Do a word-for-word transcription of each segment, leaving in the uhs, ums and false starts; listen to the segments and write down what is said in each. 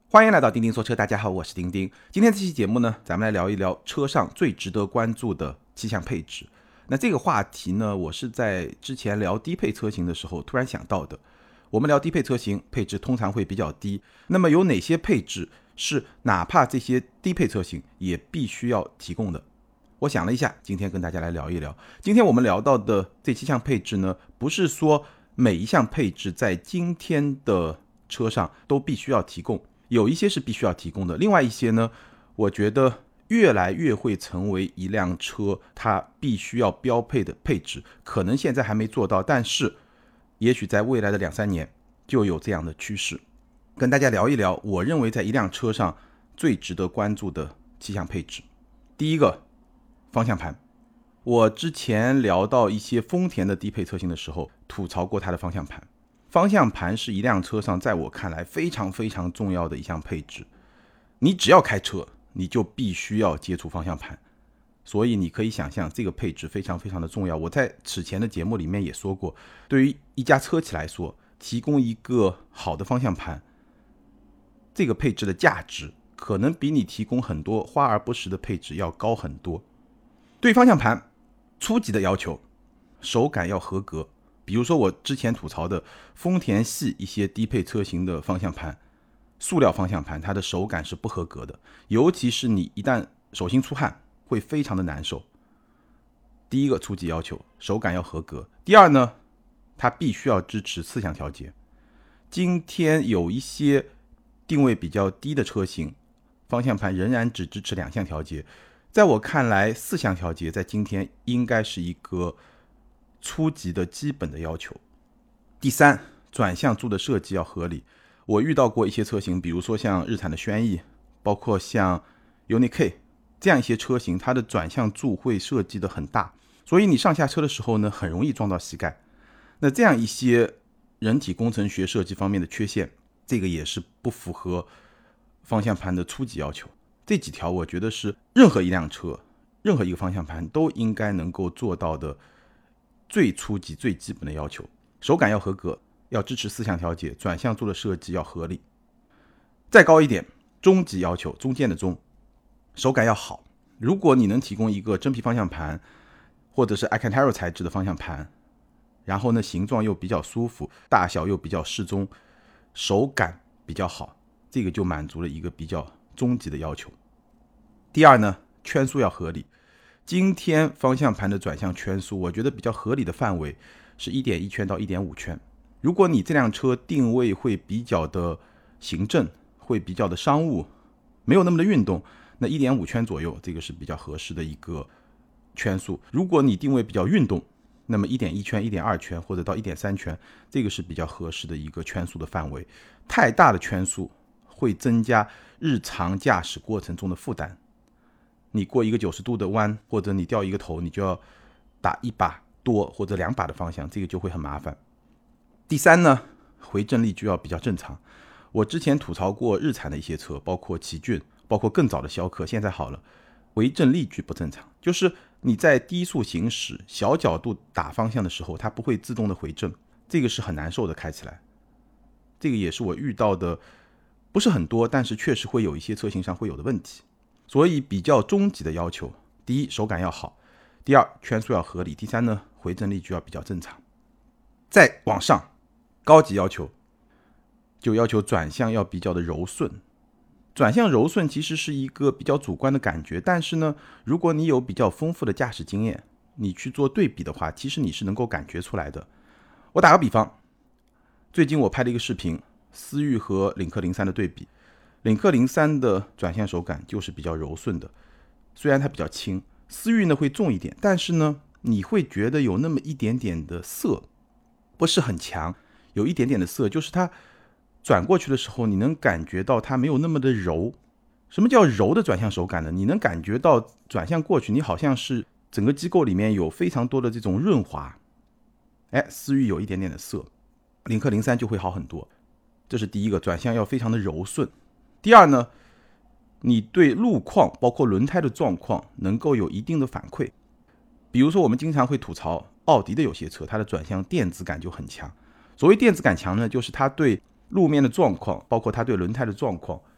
欢迎来到钉钉说车，大家好，我是钉钉。今天这期节目呢，咱们来聊一聊车上最值得关注的七项配置。那这个话题呢，我是在之前聊低配车型的时候突然想到的。我们聊低配车型，配置通常会比较低，那么有哪些配置是哪怕这些低配车型也必须要提供的？我想了一下，今天跟大家来聊一聊。今天我们聊到的这七项配置呢，不是说每一项配置在今天的车上都必须要提供，有一些是必须要提供的，另外一些呢，我觉得越来越会成为一辆车它必须要标配的配置，可能现在还没做到，但是也许在未来的两三年就有这样的趋势。跟大家聊一聊我认为在一辆车上最值得关注的七项配置。第一个，方向盘。我之前聊到一些丰田的低配车型的时候吐槽过它的方向盘。方向盘是一辆车上在我看来非常非常重要的一项配置，你只要开车你就必须要接触方向盘，所以你可以想象这个配置非常非常的重要。我在此前的节目里面也说过，对于一家车企来说，提供一个好的方向盘，这个配置的价值可能比你提供很多花而不实的配置要高很多。对方向盘初级的要求，手感要合格。比如说我之前吐槽的丰田系一些低配车型的方向盘，塑料方向盘它的手感是不合格的，尤其是你一旦手心出汗会非常的难受。第一个初级要求，手感要合格。第二呢，它必须要支持四项调节。今天有一些定位比较低的车型，方向盘仍然只支持两项调节，在我看来四项调节在今天应该是一个初级的基本的要求。第三，转向柱的设计要合理。我遇到过一些车型，比如说像日产的轩逸，包括像 U N I K 这样一些车型，它的转向柱会设计的很大，所以你上下车的时候呢，很容易撞到膝盖。那这样一些人体工程学设计方面的缺陷，这个也是不符合方向盘的初级要求。这几条我觉得是任何一辆车，任何一个方向盘都应该能够做到的最初级最基本的要求。手感要合格，要支持四项调节，转向柱的设计要合理。再高一点，中级要求，中间的中，手感要好。如果你能提供一个真皮方向盘，或者是 Alcantara 材质的方向盘，然后呢形状又比较舒服，大小又比较适中，手感比较好，这个就满足了一个比较中级的要求。第二呢，圈数要合理。今天方向盘的转向圈数，我觉得比较合理的范围是 一点一 圈到 一点五 圈。如果你这辆车定位会比较的行政，会比较的商务，没有那么的运动，那 一点五 圈左右，这个是比较合适的一个圈数。如果你定位比较运动，那么 一点一 圈、一点二 圈或者到 一点三 圈，这个是比较合适的一个圈数的范围。太大的圈数会增加日常驾驶过程中的负担。你过一个九十度的弯，或者你掉一个头，你就要打一把多或者两把的方向，这个就会很麻烦。第三呢，回正力矩要比较正常。我之前吐槽过日产的一些车，包括奇骏，包括更早的逍客，现在好了，回正力矩不正常，就是你在低速行驶小角度打方向的时候，它不会自动的回正，这个是很难受的开起来。这个也是我遇到的不是很多，但是确实会有一些车型上会有的问题。所以比较中级的要求，第一，手感要好；第二，圈数要合理；第三呢，回正力矩要比较正常。再往上，高级要求就要求转向要比较的柔顺。转向柔顺其实是一个比较主观的感觉，但是呢，如果你有比较丰富的驾驶经验，你去做对比的话，其实你是能够感觉出来的。我打个比方，最近我拍了一个视频，思域和领克零三的对比。领克零三的转向手感就是比较柔顺的，虽然它比较轻，思域呢会重一点，但是呢你会觉得有那么一点点的涩，不是很强，有一点点的涩，就是它转过去的时候你能感觉到它没有那么的柔。什么叫柔的转向手感呢？你能感觉到转向过去你好像是整个机构里面有非常多的这种润滑。哎，思域有一点点的涩，领克零三就会好很多。这是第一个，转向要非常的柔顺。第二呢，你对路况包括轮胎的状况能够有一定的反馈。比如说我们经常会吐槽奥迪的有些车，它的转向电子感就很强。所谓电子感强呢，就是它对路面的状况，包括它对轮胎的状况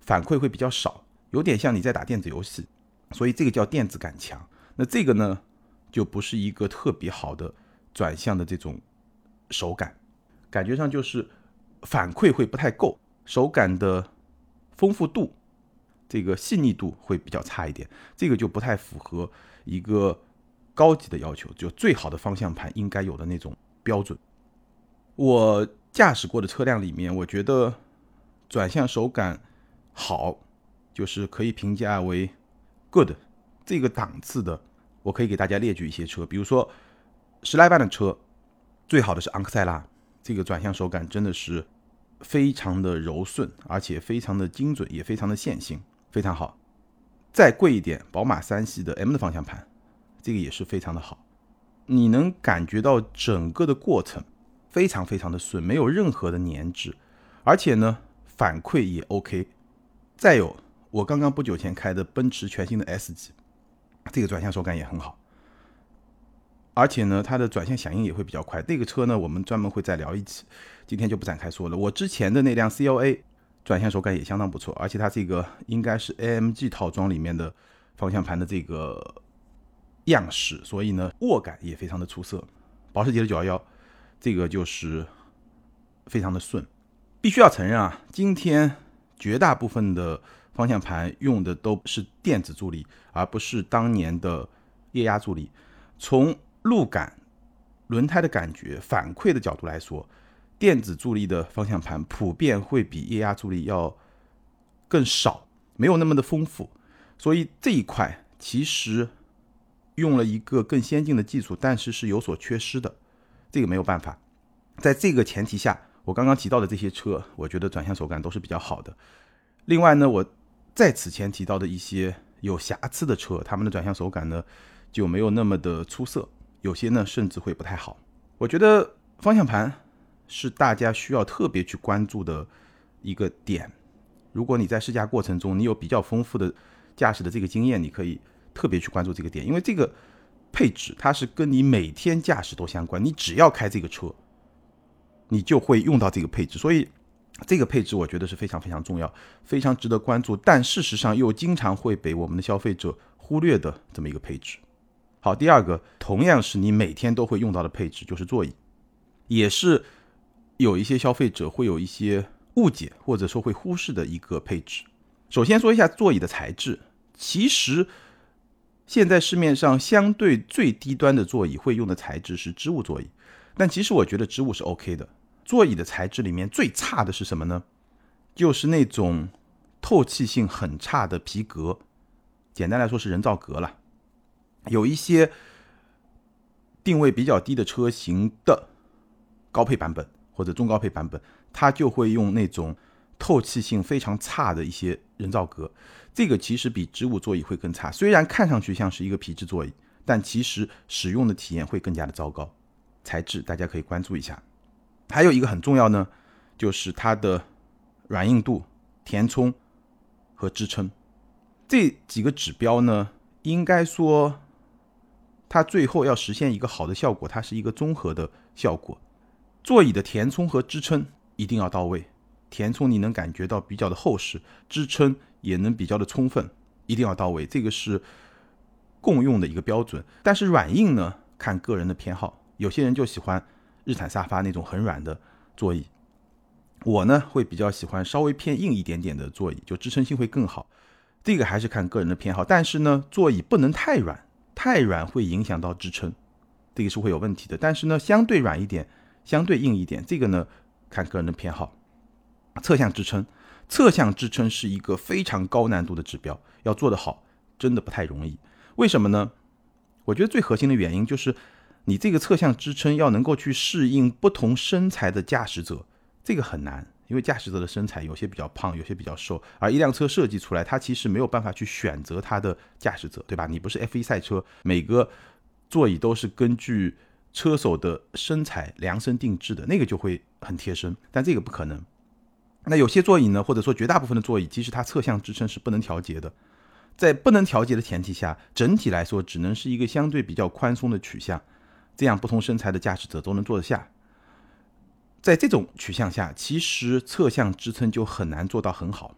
反馈会比较少，有点像你在打电子游戏，所以这个叫电子感强。那这个呢，就不是一个特别好的转向的这种手感，感觉上就是反馈会不太够，手感的丰富度、这个细腻度会比较差一点，这个就不太符合一个高级的要求，就最好的方向盘应该有的那种标准。我驾驶过的车辆里面，我觉得转向手感好，就是可以评价为 good 这个档次的，我可以给大家列举一些车，比如说十来万的车，最好的是昂克赛拉，这个转向手感真的是非常的柔顺，而且非常的精准，也非常的线性，非常好。再贵一点，宝马三系的 M 的方向盘，这个也是非常的好，你能感觉到整个的过程非常非常的顺，没有任何的粘滞，而且呢反馈也 OK。 再有我刚刚不久前开的奔驰全新的 S 级，这个转向手感也很好，而且呢它的转向响应也会比较快，这个车呢我们专门会再聊一期，今天就不展开说了。我之前的那辆 C L A 转向手感也相当不错，而且它这个应该是 A M G 套装里面的方向盘的这个样式，所以呢握感也非常的出色。保时捷的九一一这个就是非常的顺。必须要承认啊，今天绝大部分的方向盘用的都是电子助力，而不是当年的液压助力。从路感、轮胎的感觉、反馈的角度来说，电子助力的方向盘普遍会比液压助力要更少，没有那么的丰富，所以这一块其实用了一个更先进的技术，但是是有所缺失的，这个没有办法。在这个前提下，我刚刚提到的这些车，我觉得转向手感都是比较好的。另外呢，我在此前提到的一些有瑕疵的车，他们的转向手感呢就没有那么的出色，有些呢甚至会不太好。我觉得方向盘是大家需要特别去关注的一个点，如果你在试驾过程中你有比较丰富的驾驶的这个经验，你可以特别去关注这个点，因为这个配置它是跟你每天驾驶都相关，你只要开这个车你就会用到这个配置，所以这个配置我觉得是非常非常重要，非常值得关注，但事实上又经常会被我们的消费者忽略的这么一个配置。好，第二个同样是你每天都会用到的配置，就是座椅，也是有一些消费者会有一些误解或者说会忽视的一个配置。首先说一下座椅的材质，其实现在市面上相对最低端的座椅会用的材质是织物座椅，但其实我觉得织物是 OK 的。座椅的材质里面最差的是什么呢？就是那种透气性很差的皮革，简单来说是人造革了。有一些定位比较低的车型的高配版本或者中高配版本，它就会用那种透气性非常差的一些人造革，这个其实比织物座椅会更差，虽然看上去像是一个皮质座椅，但其实使用的体验会更加的糟糕。材质大家可以关注一下。还有一个很重要呢，就是它的软硬度、填充和支撑，这几个指标呢，应该说它最后要实现一个好的效果，它是一个综合的效果。座椅的填充和支撑一定要到位，填充你能感觉到比较的厚实，支撑也能比较的充分，一定要到位，这个是共用的一个标准。但是软硬呢，看个人的偏好，有些人就喜欢日产沙发那种很软的座椅，我呢会比较喜欢稍微偏硬一点点的座椅，就支撑性会更好，这个还是看个人的偏好。但是呢，座椅不能太软，太软会影响到支撑，这个是会有问题的。但是呢，相对软一点，相对硬一点，这个呢看个人的偏好。侧向支撑，侧向支撑是一个非常高难度的指标，要做得好真的不太容易。为什么呢？我觉得最核心的原因就是你这个侧向支撑要能够去适应不同身材的驾驶者，这个很难，因为驾驶者的身材有些比较胖，有些比较瘦，而一辆车设计出来，它其实没有办法去选择它的驾驶者，对吧？你不是 F 一 赛车，每个座椅都是根据车手的身材量身定制的，那个就会很贴身，但这个不可能。那有些座椅呢，或者说绝大部分的座椅，其实它侧向支撑是不能调节的，在不能调节的前提下，整体来说只能是一个相对比较宽松的取向，这样不同身材的驾驶者都能坐得下。在这种取向下，其实侧向支撑就很难做到很好。比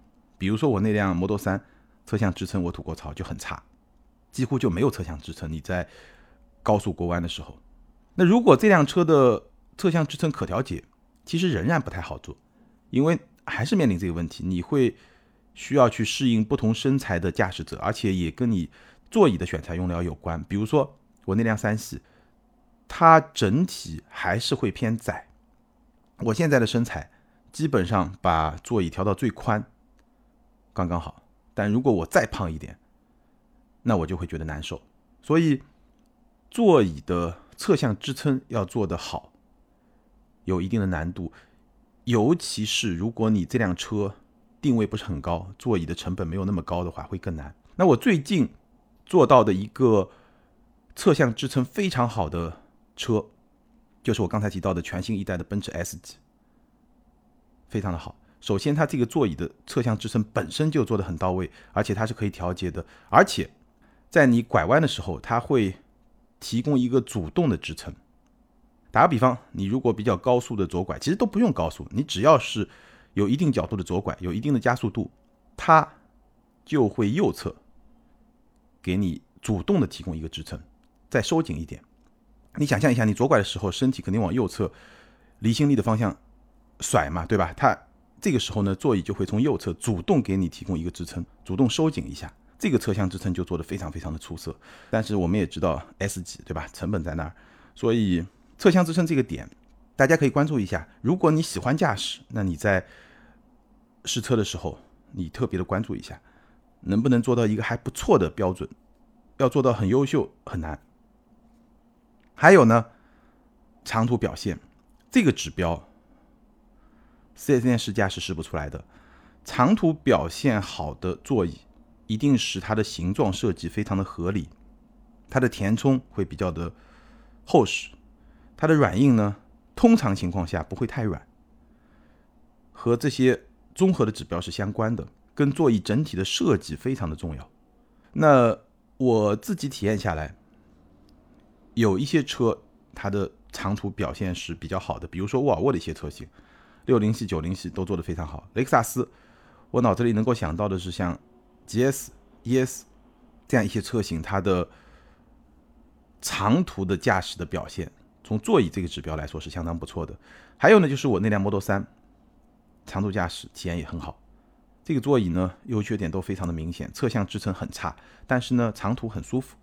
比如说我那辆 Model 三侧向支撑我吐过槽就很差，几乎就没有侧向支撑，你在高速过弯的时候。那如果这辆车的侧向支撑可调节，其实仍然不太好做，因为还是面临这个问题，你会需要去适应不同身材的驾驶者，而且也跟你座椅的选材用料有关。比如说我那辆三系，它整体还是会偏窄，我现在的身材基本上把座椅调到最宽刚刚好，但如果我再胖一点，那我就会觉得难受。所以座椅的侧向支撑要做得好有一定的难度，尤其是如果你这辆车定位不是很高，座椅的成本没有那么高的话会更难。那我最近做到的一个侧向支撑非常好的车，就是我刚才提到的全新一代的奔驰 S 级，非常的好。首先它这个座椅的侧向支撑本身就做得很到位，而且它是可以调节的，而且在你拐弯的时候它会提供一个主动的支撑。打个比方，你如果比较高速的左拐，其实都不用高速，你只要是有一定角度的左拐，有一定的加速度，它就会右侧给你主动的提供一个支撑，再收紧一点。你想象一下，你左拐的时候身体肯定往右侧离心力的方向甩嘛，对吧？它这个时候呢，座椅就会从右侧主动给你提供一个支撑，主动收紧一下，这个侧向支撑就做得非常非常的出色。但是我们也知道 S 级，对吧？成本在那儿，所以侧向支撑这个点大家可以关注一下。如果你喜欢驾驶，那你在试车的时候你特别的关注一下，能不能做到一个还不错的标准，要做到很优秀很难。还有呢，长途表现这个指标 四 S 店试驾是试不出来的。长途表现好的座椅一定是它的形状设计非常的合理，它的填充会比较的厚实，它的软硬呢通常情况下不会太软，和这些综合的指标是相关的，跟座椅整体的设计非常的重要。那我自己体验下来，有一些车它的长途表现是比较好的，比如说沃尔沃的一些车型，六零系、九零系都做得非常好。雷克萨斯，我脑子里能够想到的是像 G S、E S 这样一些车型，它的长途的驾驶的表现，从座椅这个指标来说是相当不错的。还有呢，就是我那辆 Model 三，长途驾驶体验也很好。这个座椅呢，优缺点都非常的明显，侧向支撑很差，但是呢，长途很舒服。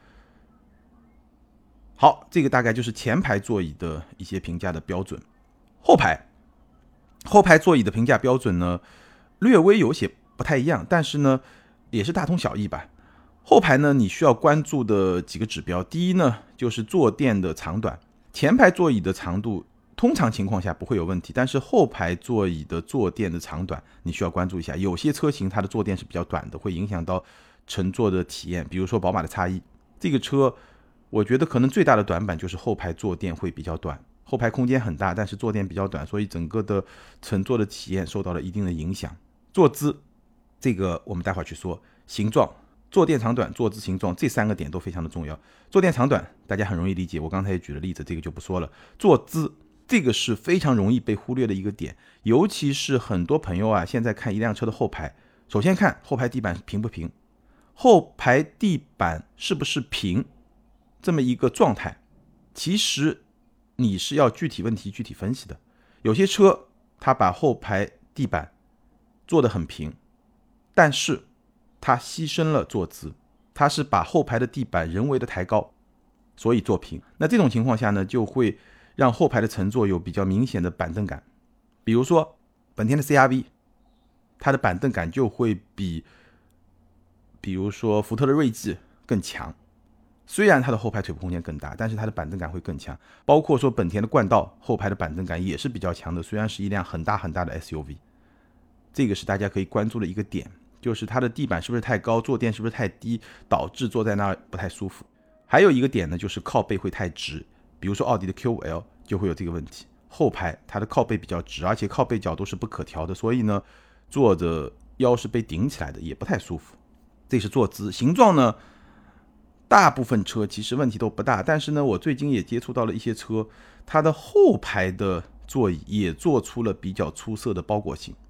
好，这个大概就是前排座椅的一些评价的标准。后排，后排座椅的评价标准呢，略微有些不太一样，但是呢，也是大同小异吧。后排呢，你需要关注的几个指标，第一呢，就是坐垫的长短。前排座椅的长度通常情况下不会有问题，但是后排座椅的坐垫的长短你需要关注一下。有些车型它的坐垫是比较短的，会影响到乘坐的体验，比如说宝马的 X 一， 这个车我觉得可能最大的短板就是后排坐垫会比较短，后排空间很大，但是坐垫比较短，所以整个的乘坐的体验受到了一定的影响。坐姿这个我们待会儿去说，形状，坐垫长短、坐姿、形状这三个点都非常的重要。坐垫长短大家很容易理解，我刚才也举了例子，这个就不说了。坐姿这个是非常容易被忽略的一个点，尤其是很多朋友啊，现在看一辆车的后排，首先看后排地板平不平，后排地板是不是平，这么一个状态，其实你是要具体问题具体分析的。有些车它把后排地板做得很平，但是它牺牲了坐姿，它是把后排的地板人为的抬高，所以做平。那这种情况下呢，就会让后排的乘坐有比较明显的板凳感。比如说本田的 C R V， 它的板凳感就会比比如说福特的锐际更强，虽然它的后排腿部空间更大，但是它的板凳感会更强。包括说本田的冠道后排的板凳感也是比较强的，虽然是一辆很大很大的 S U V。 这个是大家可以关注的一个点，就是它的地板是不是太高，坐垫是不是太低，导致坐在那儿不太舒服。还有一个点呢，就是靠背会太直，比如说奥迪的 Q 五 L 就会有这个问题，后排它的靠背比较直，而且靠背角度是不可调的，所以呢坐着腰是被顶起来的，也不太舒服。这是坐姿。形状呢，大部分车其实问题都不大，但是呢我最近也接触到了一些车，它的后排的座椅也做出了比较出色的包裹性。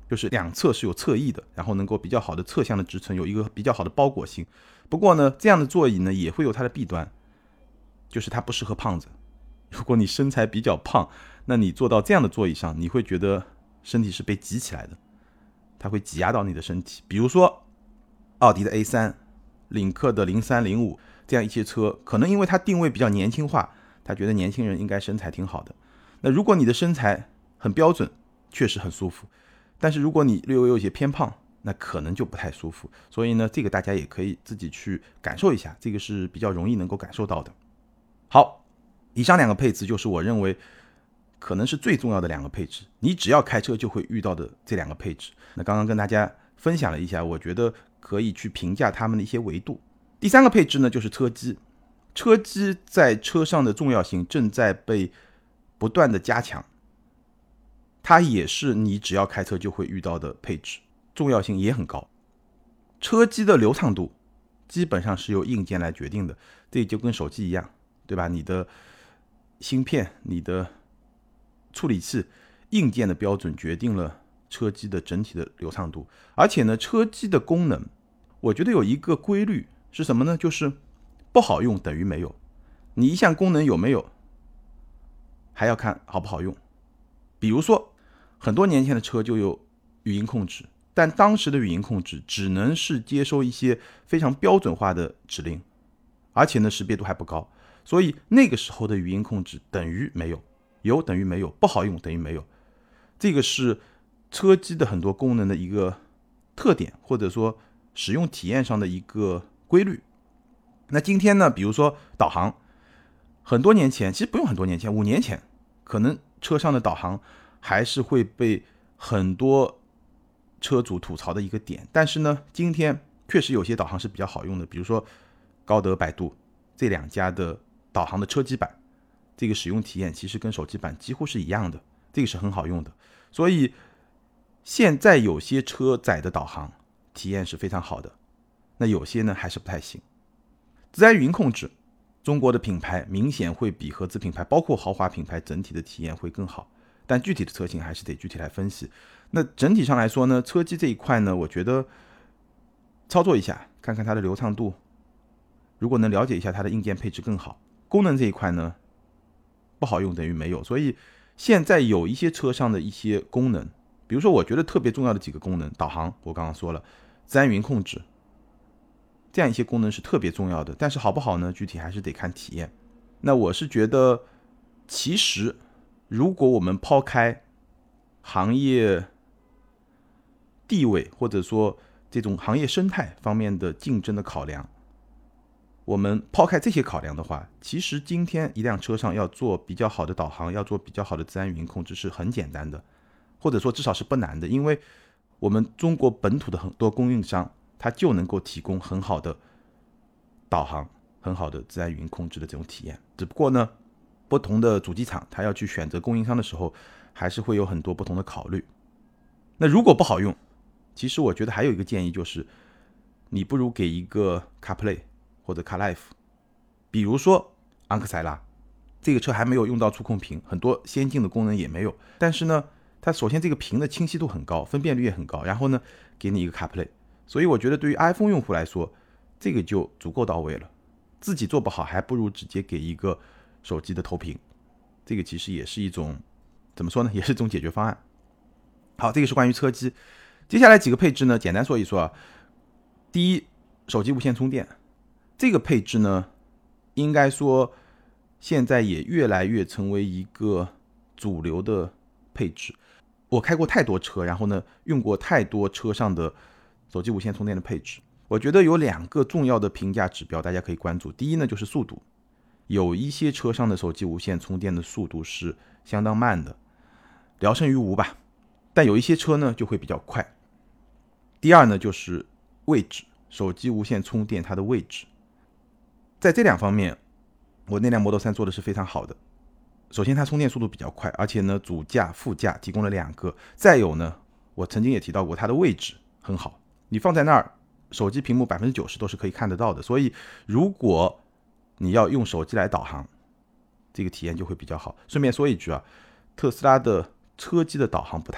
就是两侧是有侧翼的，然后能够比较好的侧向的支撑，有一个比较好的包裹性。不过呢，这样的座椅呢也会有它的弊端，就是它不适合胖子。如果你身材比较胖，那你坐到这样的座椅上，你会觉得身体是被挤起来的，它会挤压到你的身体。比如说奥迪的 A 三、领克的零三零五这样一些车，可能因为它定位比较年轻化，他觉得年轻人应该身材挺好的。那如果你的身材很标准，确实很舒服，但是如果你略微有些偏胖，那可能就不太舒服。所以呢，这个大家也可以自己去感受一下，这个是比较容易能够感受到的。好，以上两个配置就是我认为可能是最重要的两个配置，你只要开车就会遇到的这两个配置。那刚刚跟大家分享了一下，我觉得可以去评价他们的一些维度。第三个配置呢，就是车机。车机在车上的重要性正在被不断的加强，它也是你只要开车就会遇到的配置，重要性也很高。车机的流畅度基本上是由硬件来决定的，这就跟手机一样，对吧？你的芯片、你的处理器硬件的标准决定了车机的整体的流畅度。而且呢，车机的功能我觉得有一个规律是什么呢？就是不好用等于没有。你一项功能有没有，还要看好不好用。比如说很多年前的车就有语音控制，但当时的语音控制只能是接收一些非常标准化的指令，而且呢识别度还不高，所以那个时候的语音控制等于没有，有等于没有，不好用等于没有。这个是车机的很多功能的一个特点，或者说使用体验上的一个规律。那今天呢，比如说导航，很多年前，其实不用很多年前，五年前，可能车上的导航还是会被很多车主吐槽的一个点。但是呢，今天确实有些导航是比较好用的，比如说高德、百度这两家的导航的车机版，这个使用体验其实跟手机版几乎是一样的，这个是很好用的。所以现在有些车载的导航体验是非常好的，那有些呢还是不太行。自然语音控制，中国的品牌明显会比合资品牌包括豪华品牌整体的体验会更好，但具体的车型还是得具体来分析。那整体上来说呢，车机这一块呢，我觉得操作一下看看它的流畅度，如果能了解一下它的硬件配置更好。功能这一块呢不好用等于没有，所以现在有一些车上的一些功能，比如说我觉得特别重要的几个功能，导航我刚刚说了，自然语音控制，这样一些功能是特别重要的，但是好不好呢？具体还是得看体验。那我是觉得，其实如果我们抛开行业地位或者说这种行业生态方面的竞争的考量，我们抛开这些考量的话，其实今天一辆车上要做比较好的导航，要做比较好的自然语音控制是很简单的，或者说至少是不难的，因为我们中国本土的很多供应商它就能够提供很好的导航、很好的自然语音控制的这种体验。只不过呢，不同的主机厂它要去选择供应商的时候，还是会有很多不同的考虑。那如果不好用，其实我觉得还有一个建议，就是你不如给一个 CarPlay 或者 CarLife。比如说昂克赛拉这个车还没有用到触控屏，很多先进的功能也没有，但是呢，它首先这个屏的清晰度很高，分辨率也很高，然后呢，给你一个 CarPlay。所以我觉得对于 iPhone 用户来说，这个就足够到位了。自己做不好，还不如直接给一个手机的投屏，这个其实也是一种怎么说呢，也是一种解决方案。好，这个是关于车机。接下来几个配置呢，简单说一说啊。第一，手机无线充电，这个配置呢，应该说现在也越来越成为一个主流的配置。我开过太多车，然后呢，用过太多车上的手机无线充电的配置，我觉得有两个重要的评价指标大家可以关注。第一呢，就是速度，有一些车上的手机无线充电的速度是相当慢的，聊胜于无吧，但有一些车呢就会比较快。第二呢，就是位置，手机无线充电它的位置，在这两方面我那辆 Model 三做的是非常好的。首先它充电速度比较快，而且呢主驾副驾提供了两个，再有呢我曾经也提到过它的位置很好，你放在那儿手机屏幕 百分之九十 都是可以看得到的，所以如果你要用手机来导航，这个体验就会比较好。顺便说一句啊，特斯拉的车机的导航不太好，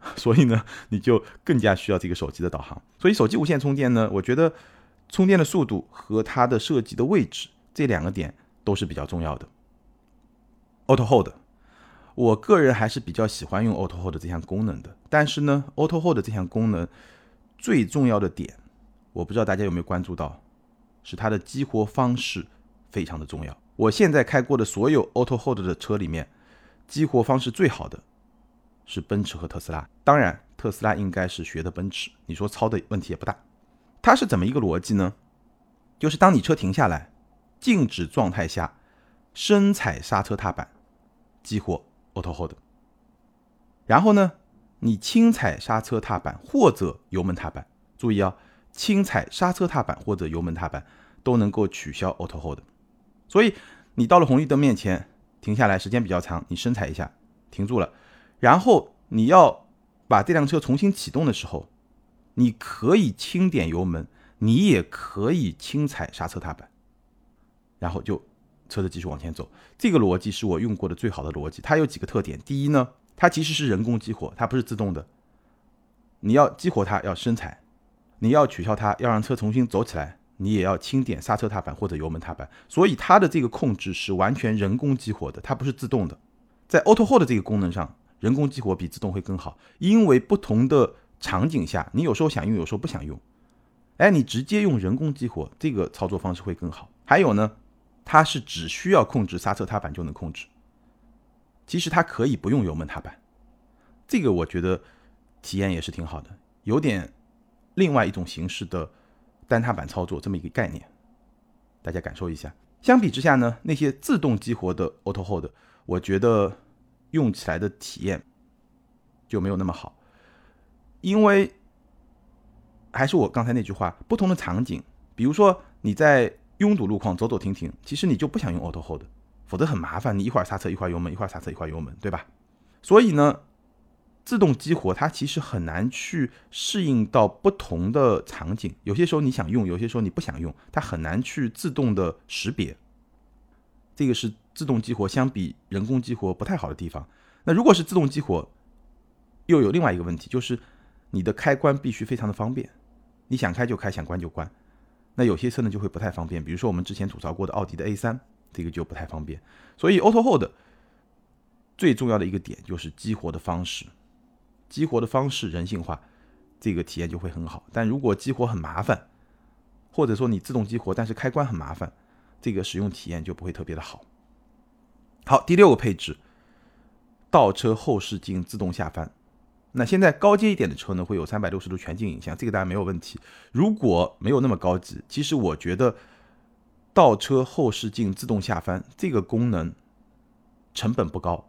所以呢，你就更加需要这个手机的导航。所以手机无线充电呢，我觉得充电的速度和它的设计的位置这两个点都是比较重要的。Auto Hold， 我个人还是比较喜欢用 Auto Hold 这项功能的，但是呢 Auto Hold 这项功能最重要的点，我不知道大家有没有关注到，是它的激活方式非常的重要。我现在开过的所有 Auto Hold 的车里面，激活方式最好的是奔驰和特斯拉，当然特斯拉应该是学的奔驰，你说抄的问题也不大。它是怎么一个逻辑呢？就是当你车停下来，静止状态下，深踩刹车踏板，激活 Auto Hold， 然后呢，你轻踩刹车踏板或者油门踏板，注意啊，轻踩刹车踏板或者油门踏板都能够取消 Auto Hold。 所以你到了红绿灯面前停下来，时间比较长，你深踩一下停住了，然后你要把这辆车重新启动的时候，你可以轻点油门，你也可以轻踩刹车踏板，然后就车子继续往前走。这个逻辑是我用过的最好的逻辑。它有几个特点，第一呢，它其实是人工激活，它不是自动的，你要激活它要深踩，你要取消它要让车重新走起来，你也要轻点刹车踏板或者油门踏板，所以它的这个控制是完全人工激活的，它不是自动的。在 Auto Hold 这个功能上，人工激活比自动会更好，因为不同的场景下，你有时候想用，有时候不想用，哎，你直接用人工激活，这个操作方式会更好。还有呢，它是只需要控制刹车踏板就能控制，其实它可以不用油门踏板，这个我觉得体验也是挺好的，有点另外一种形式的单踏板操作这么一个概念，大家感受一下。相比之下呢，那些自动激活的 Auto Hold， 我觉得用起来的体验就没有那么好，因为还是我刚才那句话，不同的场景，比如说你在拥堵路况走走停停，其实你就不想用 Auto Hold， 否则很麻烦，你一会儿刹车一会儿油门，一会儿刹车一会儿油门，对吧？所以呢，自动激活它其实很难去适应到不同的场景，有些时候你想用，有些时候你不想用，它很难去自动的识别，这个是自动激活相比人工激活不太好的地方。那如果是自动激活，又有另外一个问题，就是你的开关必须非常的方便，你想开就开，想关就关。那有些车呢就会不太方便，比如说我们之前吐槽过的奥迪的 A 三， 这个就不太方便。所以 Auto Hold 最重要的一个点就是激活的方式，激活的方式人性化，这个体验就会很好。但如果激活很麻烦，或者说你自动激活但是开关很麻烦，这个使用体验就不会特别的好。好，第六个配置，倒车后视镜自动下翻。那现在高阶一点的车呢，会有三百六十度全景影像，这个当然没有问题。如果没有那么高级，其实我觉得倒车后视镜自动下翻这个功能成本不高，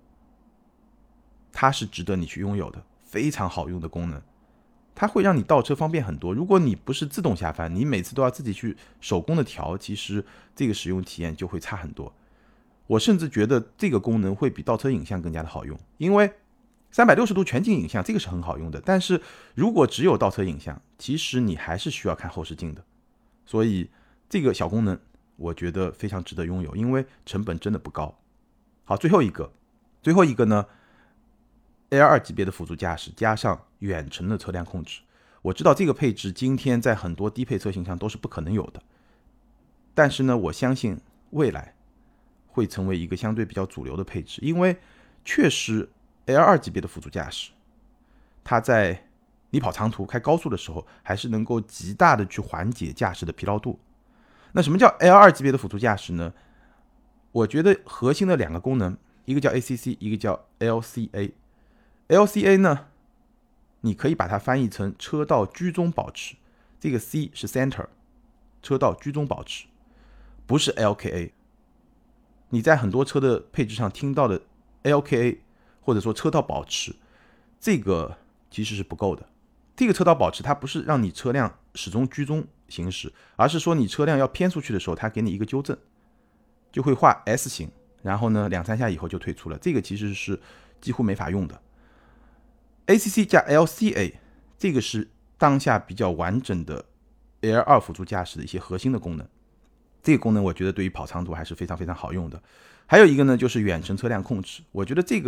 它是值得你去拥有的，非常好用的功能，它会让你倒车方便很多。如果你不是自动下翻，你每次都要自己去手工的调，其实这个使用体验就会差很多。我甚至觉得这个功能会比倒车影像更加的好用，因为三百六十度全景影像这个是很好用的，但是如果只有倒车影像，其实你还是需要看后视镜的。所以这个小功能我觉得非常值得拥有，因为成本真的不高。好，最后一个最后一个呢 L 二 级别的辅助驾驶加上远程的车辆控制。我知道这个配置今天在很多低配车型上都是不可能有的，但是呢，我相信未来会成为一个相对比较主流的配置，因为确实 L 二 级别的辅助驾驶，它在你跑长途开高速的时候，还是能够极大的去缓解驾驶的疲劳度。那什么叫 L 二 级别的辅助驾驶呢？我觉得核心的两个功能，一个叫 A C C， 一个叫 L C A。L C A 呢，你可以把它翻译成车道居中保持，这个 C 是 Center， 车道居中保持，不是 L K A。你在很多车的配置上听到的 L K A 或者说车道保持，这个其实是不够的。这个车道保持它不是让你车辆始终居中行驶，而是说你车辆要偏出去的时候，它给你一个纠正，就会画 S 型，然后呢两三下以后就退出了，这个其实是几乎没法用的。A C C 加 L C A， 这个是当下比较完整的 L 二 辅助驾驶的一些核心的功能，这个功能我觉得对于跑长途还是非常非常好用的。还有一个呢，就是远程车辆控制，我觉得这个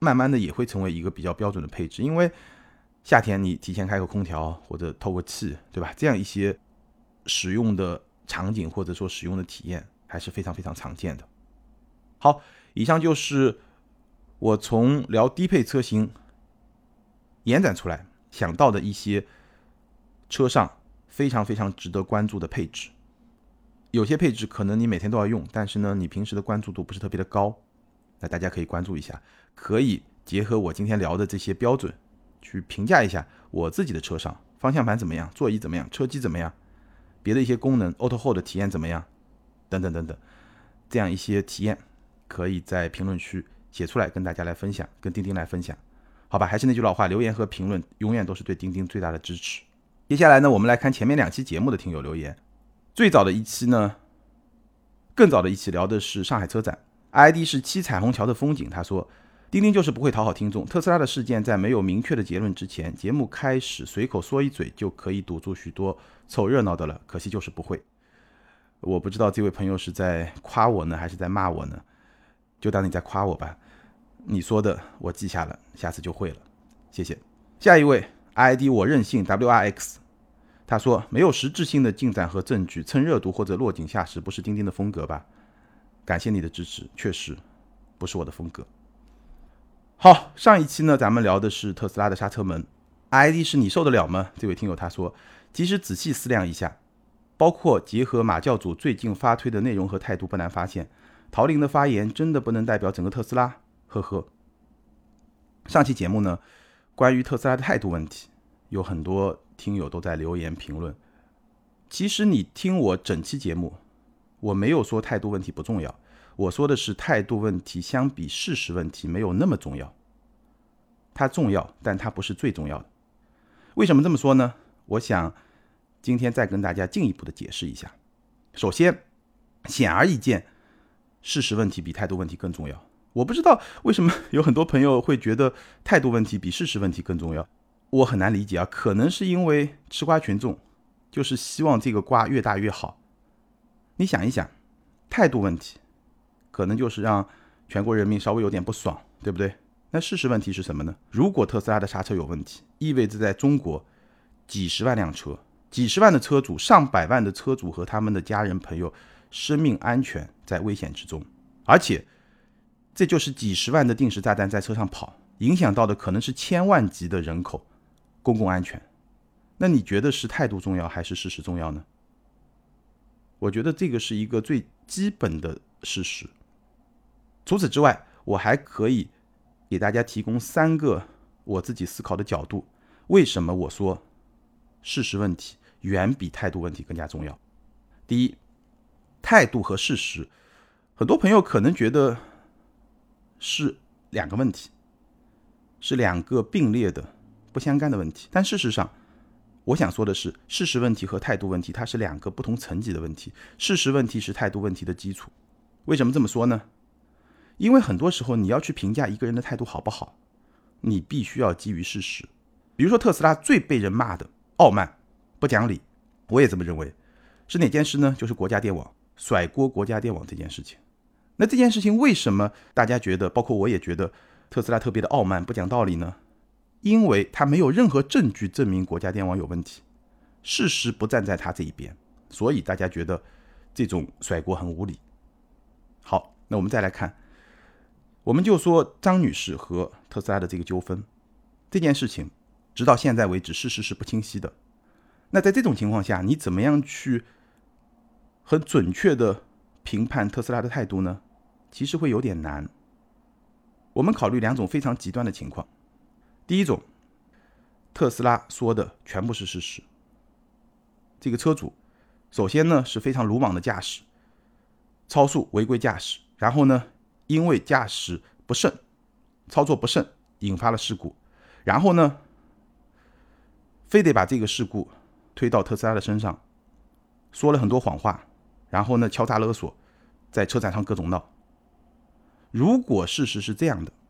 慢慢的也会成为一个比较标准的配置，因为夏天你提前开个空调或者透个气，对吧？这样一些使用的场景或者说使用的体验还是非常非常常见的。好，以上就是我从聊低配车型延展出来想到的一些车上非常非常值得关注的配置。有些配置可能你每天都要用，但是呢你平时的关注度不是特别的高，那大家可以关注一下，可以结合我今天聊的这些标准去评价一下我自己的车上方向盘怎么样，座椅怎么样，车机怎么样，别的一些功能 Auto Hold 的体验怎么样，等等等等，这样一些体验可以在评论区写出来跟大家来分享，跟钉钉来分享，好吧？还是那句老话，留言和评论永远都是对钉钉最大的支持。接下来呢，我们来看前面两期节目的听友留言。最早的一期呢，更早的一期聊的是上海车展， I D 是七彩虹桥的风景。他说，钉钉就是不会讨好听众，特斯拉的事件在没有明确的结论之前，节目开始随口说一嘴就可以堵住许多凑热闹的了，可惜就是不会。我不知道这位朋友是在夸我呢还是在骂我呢，就当你在夸我吧，你说的我记下了，下次就会了，谢谢。下一位 I D 我任性 W R X， 他说，没有实质性的进展和证据，蹭热度或者落井下石不是钉钉的风格吧？感谢你的支持，确实不是我的风格。好，上一期呢咱们聊的是特斯拉的刹车门， I D 是你受得了吗？这位听友他说，其实仔细思量一下，包括结合马教主最近发推的内容和态度，不难发现陶林的发言真的不能代表整个特斯拉，呵呵。上期节目呢，关于特斯拉的态度问题，有很多听友都在留言评论。其实你听我整期节目，我没有说态度问题不重要，我说的是态度问题相比事实问题没有那么重要，它重要，但它不是最重要的。为什么这么说呢？我想今天再跟大家进一步的解释一下。首先，显而易见，事实问题比态度问题更重要。我不知道为什么有很多朋友会觉得态度问题比事实问题更重要，我很难理解啊。可能是因为吃瓜群众就是希望这个瓜越大越好。你想一想，态度问题可能就是让全国人民稍微有点不爽，对不对？那事实问题是什么呢？如果特斯拉的刹车有问题，意味着在中国几十万辆车，几十万的车主，上百万的车主和他们的家人朋友生命安全在危险之中，而且这就是几十万的定时炸弹在车上跑，影响到的可能是千万级的人口公共安全。那你觉得是态度重要还是事实重要呢？我觉得这个是一个最基本的事实。除此之外，我还可以给大家提供三个我自己思考的角度，为什么我说事实问题远比态度问题更加重要。第一，态度和事实，很多朋友可能觉得是两个问题，是两个并列的不相干的问题，但事实上我想说的是，事实问题和态度问题它是两个不同层级的问题，事实问题是态度问题的基础。为什么这么说呢？因为很多时候你要去评价一个人的态度好不好，你必须要基于事实。比如说特斯拉最被人骂的傲慢不讲理，我也这么认为，是哪件事呢？就是国家电网，甩锅国家电网这件事情。那这件事情为什么大家觉得，包括我也觉得特斯拉特别的傲慢不讲道理呢？因为他没有任何证据证明国家电网有问题，事实不站在他这一边，所以大家觉得这种甩锅很无理。好，那我们再来看，我们就说张女士和特斯拉的这个纠纷，这件事情直到现在为止事实是不清晰的。那在这种情况下，你怎么样去很准确的评判特斯拉的态度呢？其实会有点难。我们考虑两种非常极端的情况。第一种，特斯拉说的全部是事实，这个车主首先呢是非常鲁莽的驾驶，超速违规驾驶，然后呢因为驾驶不慎，操作不慎引发了事故，然后呢非得把这个事故推到特斯拉的身上，说了很多谎话，然后呢敲诈勒索，在车展上各种闹。如果事实是这样的，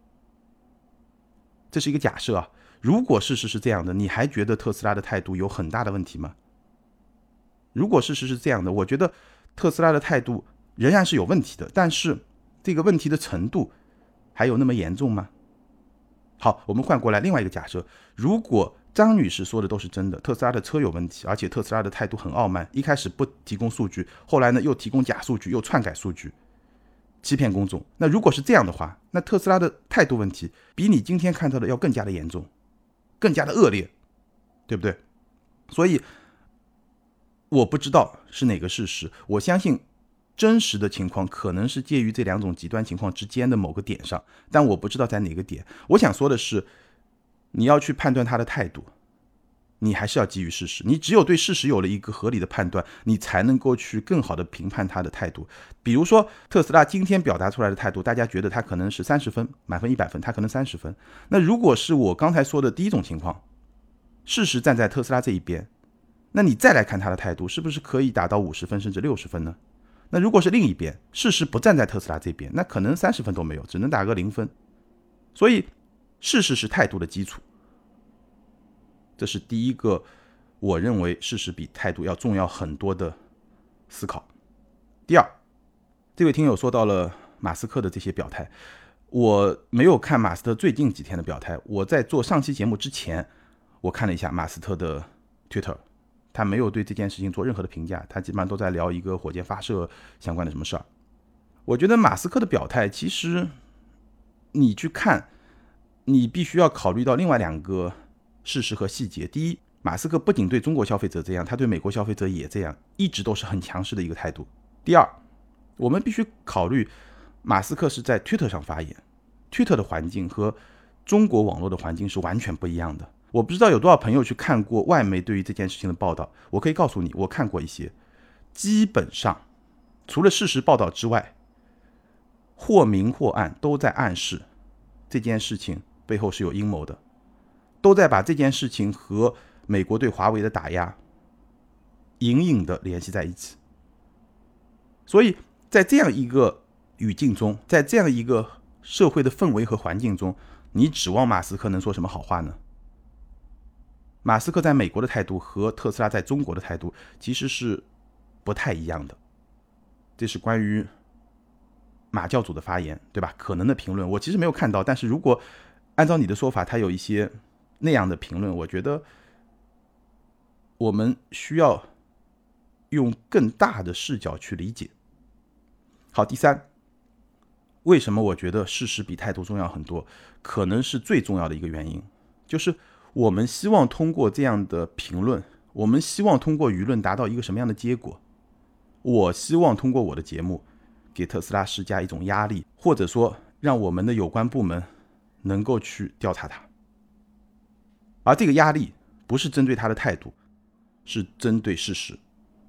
这是一个假设啊，如果事实是这样的，你还觉得特斯拉的态度有很大的问题吗？如果事实是这样的，我觉得特斯拉的态度仍然是有问题的，但是这个问题的程度还有那么严重吗？ 好，我们换过来另外一个假设，如果张女士说的都是真的，特斯拉的车有问题，而且特斯拉的态度很傲慢，一开始不提供数据，后来呢又提供假数据，又篡改数据，欺骗公众。那如果是这样的话，那特斯拉的态度问题比你今天看到的要更加的严重，更加的恶劣，对不对？所以我不知道是哪个事实，我相信真实的情况可能是介于这两种极端情况之间的某个点上，但我不知道在哪个点。我想说的是，你要去判断他的态度，你还是要基于事实，你只有对事实有了一个合理的判断，你才能够去更好的评判他的态度。比如说特斯拉今天表达出来的态度，大家觉得他可能是三十分，满分一百分，他可能三十分。那如果是我刚才说的第一种情况，事实站在特斯拉这一边，那你再来看他的态度，是不是可以达到五十分甚至六十分呢？那如果是另一边，事实不站在特斯拉这边，那可能三十分都没有，只能打个零分。所以事实是态度的基础，这是第一个我认为事实比态度要重要很多的思考。第二，这位听友说到了马斯克的这些表态，我没有看马斯克最近几天的表态，我在做上期节目之前，我看了一下马斯克的 Twitter， 他没有对这件事情做任何的评价，他基本上都在聊一个火箭发射相关的什么事儿。我觉得马斯克的表态，其实你去看，你必须要考虑到另外两个事实和细节。第一，马斯克不仅对中国消费者这样，他对美国消费者也这样，一直都是很强势的一个态度。第二，我们必须考虑马斯克是在 Twitter 上发言， Twitter 的环境和中国网络的环境是完全不一样的。我不知道有多少朋友去看过外媒对于这件事情的报道，我可以告诉你，我看过一些，基本上除了事实报道之外，或明或暗都在暗示这件事情背后是有阴谋的，都在把这件事情和美国对华为的打压隐隐的联系在一起。所以在这样一个语境中，在这样一个社会的氛围和环境中，你指望马斯克能说什么好话呢？马斯克在美国的态度和特斯拉在中国的态度其实是不太一样的，这是关于马教主的发言，对吧？可能的评论我其实没有看到，但是如果按照你的说法，他有一些那样的评论，我觉得我们需要用更大的视角去理解。好，第三，为什么我觉得事实比态度重要很多？可能是最重要的一个原因，就是我们希望通过这样的评论，我们希望通过舆论达到一个什么样的结果？我希望通过我的节目给特斯拉施加一种压力，或者说让我们的有关部门能够去调查它。而这个压力不是针对他的态度，是针对事实。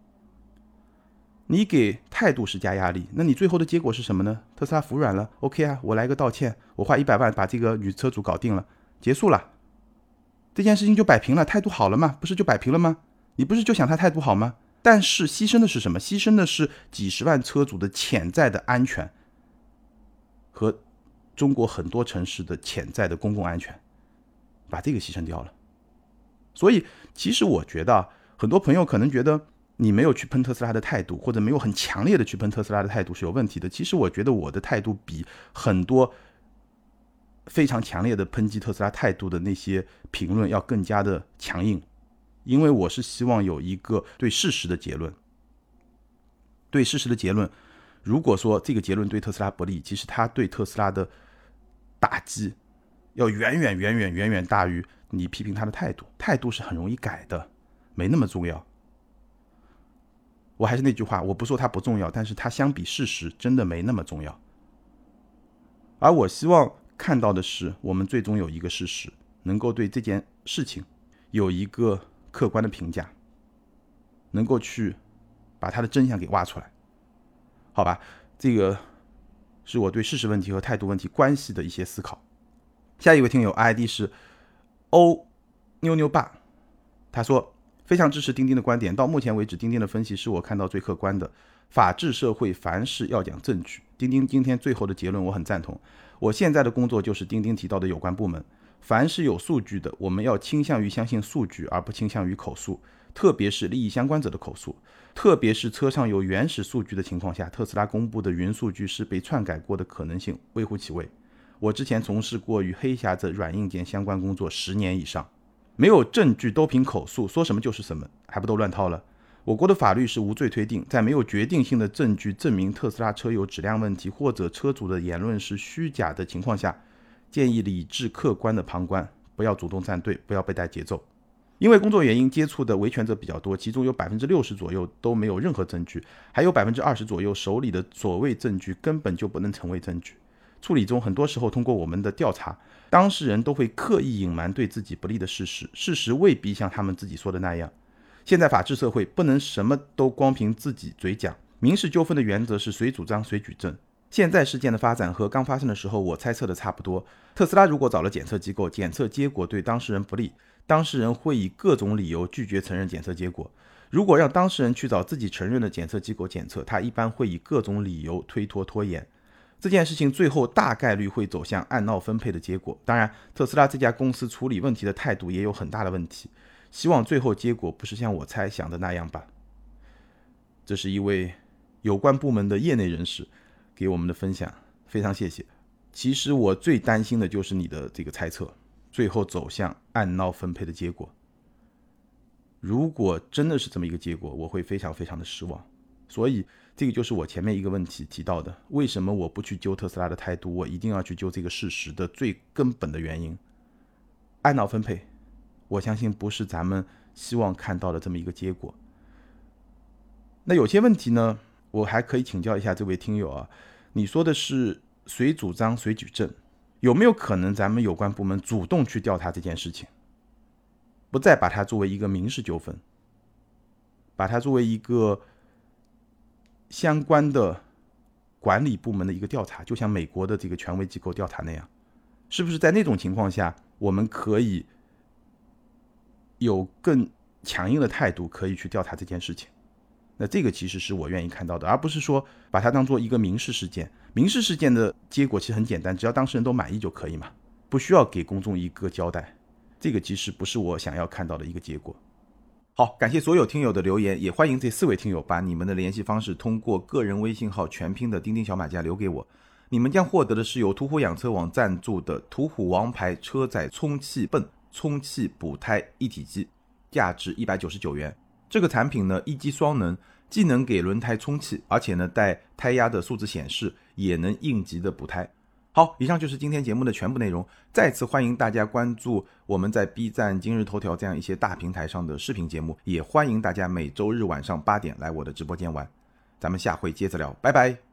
你给态度施加压力，那你最后的结果是什么呢？特斯拉服软了 ，OK 啊，我来个道歉，我花一百万把这个女车主搞定了，结束了，这件事情就摆平了，态度好了吗？不是就摆平了吗？你不是就想他态度好吗？但是牺牲的是什么？牺牲的是几十万车主的潜在的安全和中国很多城市的潜在的公共安全，把这个牺牲掉了。所以其实我觉得很多朋友可能觉得你没有去喷特斯拉的态度，或者没有很强烈的去喷特斯拉的态度是有问题的。其实我觉得我的态度比很多非常强烈的抨击特斯拉态度的那些评论要更加的强硬，因为我是希望有一个对事实的结论。对事实的结论，如果说这个结论对特斯拉不利，其实它对特斯拉的打击要远远远远远远大于你批评他的态度。态度是很容易改的，没那么重要。我还是那句话，我不说它不重要，但是它相比事实真的没那么重要。而我希望看到的是，我们最终有一个事实，能够对这件事情有一个客观的评价，能够去把它的真相给挖出来。好吧，这个是我对事实问题和态度问题关系的一些思考。下一位听友 I D 是欧妞妞爸，他说非常支持钉钉的观点，到目前为止钉钉的分析是我看到最客观的。法治社会凡事要讲证据，钉钉今天最后的结论我很赞同。我现在的工作就是钉钉提到的有关部门，凡是有数据的，我们要倾向于相信数据，而不倾向于口述，特别是利益相关者的口述，特别是车上有原始数据的情况下，特斯拉公布的云数据是被篡改过的可能性微乎其微。 我之前从事过与黑匣子软硬件相关工作十年以上，没有证据都凭口述，说什么就是什么，还不都乱套了？我国的法律是无罪推定，在没有决定性的证据证明特斯拉车有质量问题，或者车主的言论是虚假的情况下，建议理智客观的旁观，不要主动站队，不要被带节奏。因为工作原因接触的维权者比较多，其中有 百分之六十 左右都没有任何证据，还有 百分之二十 左右手里的所谓证据根本就不能成为证据。处理中很多时候通过我们的调查，当事人都会刻意隐瞒对自己不利的事实，事实未必像他们自己说的那样。现在法治社会不能什么都光凭自己嘴讲，民事纠纷的原则是谁主张谁举证。现在事件的发展和刚发生的时候我猜测的差不多，特斯拉如果找了检测机构，检测结果对当事人不利，当事人会以各种理由拒绝承认检测结果。如果让当事人去找自己承认的检测机构检测，他一般会以各种理由推脱拖延。这件事情最后大概率会走向按闹分配的结果。当然，特斯拉这家公司处理问题的态度也有很大的问题，希望最后结果不是像我猜想的那样吧。这是一位有关部门的业内人士给我们的分享，非常谢谢。其实我最担心的就是你的这个猜测，最后走向按闹分配的结果。如果真的是这么一个结果，我会非常非常的失望。所以这个就是我前面一个问题提到的，为什么我不去揪特斯拉的态度，我一定要去揪这个事实的最根本的原因。按闹分配，我相信不是咱们希望看到的这么一个结果。那有些问题呢，我还可以请教一下这位听友啊，你说的是谁主张谁举证，有没有可能咱们有关部门主动去调查这件事情，不再把它作为一个民事纠纷，把它作为一个相关的管理部门的一个调查，就像美国的这个权威机构调查那样，是不是在那种情况下，我们可以有更强硬的态度，可以去调查这件事情？那这个其实是我愿意看到的，而不是说把它当做一个民事事件。民事事件的结果其实很简单，只要当事人都满意就可以嘛，不需要给公众一个交代。这个其实不是我想要看到的一个结果。好，感谢所有听友的留言，也欢迎这四位听友把你们的联系方式通过个人微信号全拼的钉钉小马甲留给我。你们将获得的是由途虎养车网赞助的途虎王牌车载充气泵充气补胎一体机，价值一百九十九元。这个产品呢，一机双能，既能给轮胎充气，而且呢带胎压的数字显示，也能应急的补胎。好，以上就是今天节目的全部内容。再次欢迎大家关注我们在 B 站、今日头条这样一些大平台上的视频节目，也欢迎大家每周日晚上八点来我的直播间玩。咱们下回接着聊，拜拜。